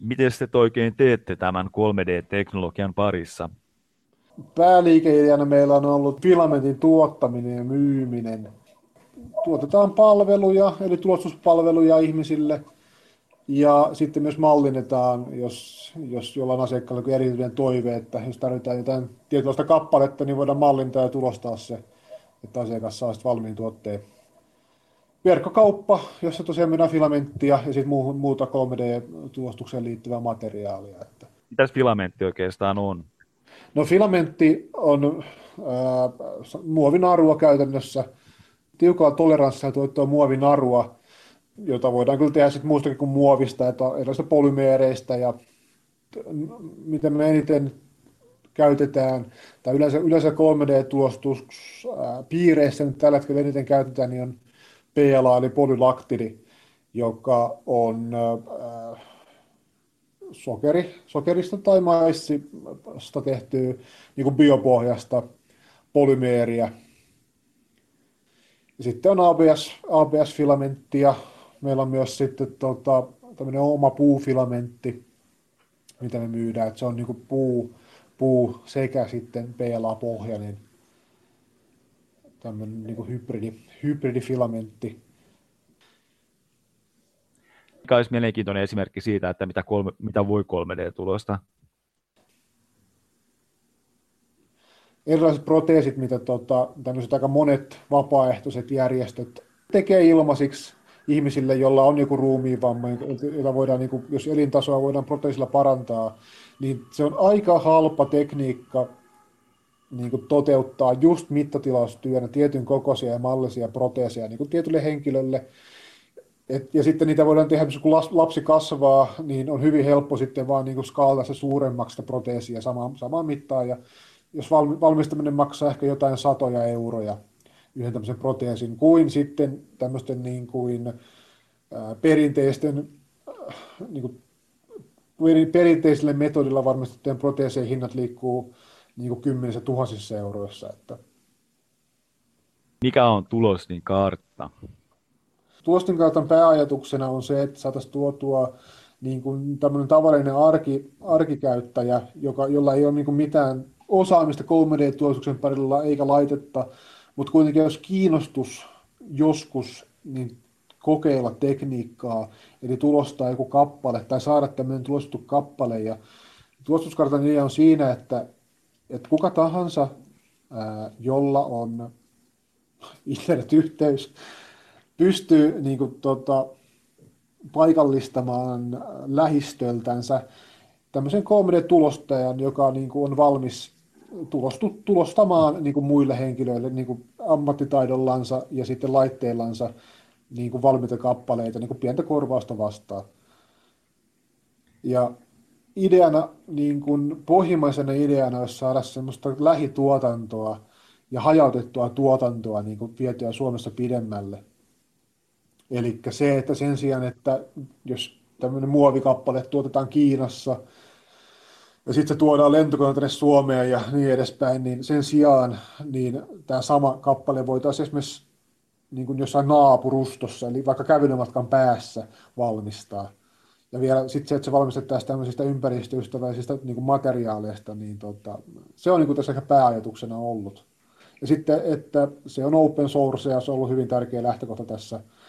Miten te oikein teette tämän 3D-teknologian parissa? Pääliikeideana meillä on ollut filamentin tuottaminen ja myyminen. Tuotetaan palveluja, eli tulostuspalveluja ihmisille, ja sitten myös mallinnetaan, jos jollain asiakkaalla on erityinen toive, että jos tarvitaan jotain tietynlaista kappaletta, niin voidaan mallintaa ja tulostaa se, että asiakas saa sitten valmiin tuotteen. Verkkokauppa, jossa tosiaan myydään filamenttia ja sitten muuta 3D-tulostukseen liittyvää materiaalia. Mitäs filamentti oikeastaan on? No filamentti on muovinarua käytännössä, tiukalla toleranssilla tuotettua muovinarua, jota voidaan kyllä tehdä sit muustakin kuin muovista, että erilaisista polymeereistä ja mitä me eniten käytetään, tai yleensä 3D-tulostuspiireissä nyt tällä hetkellä eniten käytetään, niin on PLA eli polylaktidi, joka on sokerista tai maissista tehtyä niin kuin biopohjasta polymeeriä. Ja sitten on ABS-filamenttia. Meillä on myös sitten tämmöinen oma puufilamentti, mitä me myydään. Että se on niin kuin puu sekä sitten PLA-pohjainen tämmöinen niin kuin hybridifilamentti. Mikä olisi mielenkiintoinen esimerkki siitä, että mitä voi 3D-tulosta? Erilaiset proteesit, mitä tämmöiset aika monet vapaaehtoiset järjestöt tekee ilmaisiksi ihmisille, jolla on joku ruumiinvamma, jota voidaan, niin kuin, jos elintasoa voidaan proteesilla parantaa, niin se on aika halpa tekniikka niin kuin toteuttaa just mittatilaustyönä tietyn kokoisia ja mallisia proteeseja niin kuin tietylle henkilölle. Ja sitten niitä voidaan tehdä, kun lapsi kasvaa, niin on hyvin helppo sitten vaan niin kuin skaalata se suuremmaksi sitä proteesia samaan mittaan. Ja jos valmistaminen maksaa ehkä jotain satoja euroja yhden tämmöisen proteesin, kuin sitten tämmöisten niin kuin, perinteisten, niin kuin, perinteisellä metodilla valmistettujen proteesien hinnat liikkuu niin kuin kymmenissä tuhansissa euroissa. Että Mikä on tulostin kartta? tulosten kartan pääajatuksena on se, että saataisiin tuotua niin kuin tämmöinen tavallinen arkikäyttäjä, jolla ei ole niin kuin mitään osaamista 3D-tulostuksen parilla eikä laitetta, mutta kuitenkin jos kiinnostus joskus niin kokeilla tekniikkaa, eli tulostaa joku kappale tai saada tämmöinen tulostettu kappale. Ja tulostuskartan idea on siinä, että kuka tahansa, jolla on internetyhteys, pystyy niin kuin, paikallistamaan lähistöltänsä tämmöisen 3D-tulostajan, joka niin kuin, on valmis tulostamaan niin kuin, muille henkilöille niin kuin, ammattitaidollansa ja sitten laitteillansa niin kuin, valmiita kappaleita niin kuin, pientä korvausta vastaan. Ja ideana, niin kuin, pohjimmaisena ideana olisi saada semmoista lähituotantoa ja hajautettua tuotantoa niin kuin, vietyä Suomessa pidemmälle. Eli se, että sen sijaan, että jos tämmöinen muovikappale tuotetaan Kiinassa ja sitten se tuodaan lentokoneella tänne Suomeen ja niin edespäin, niin sen sijaan niin tämä sama kappale voitaisiin esimerkiksi niin kuin jossain naapurustossa, eli vaikka kävelymatkan päässä valmistaa. Ja vielä sitten se, että se valmistettaisiin tämmöisistä ympäristöystävällisistä niin kuin materiaaleista, niin se on niin kuin tässä ehkä pääajatuksena ollut. Ja sitten, että se on open source ja se on ollut hyvin tärkeä lähtökohta tässä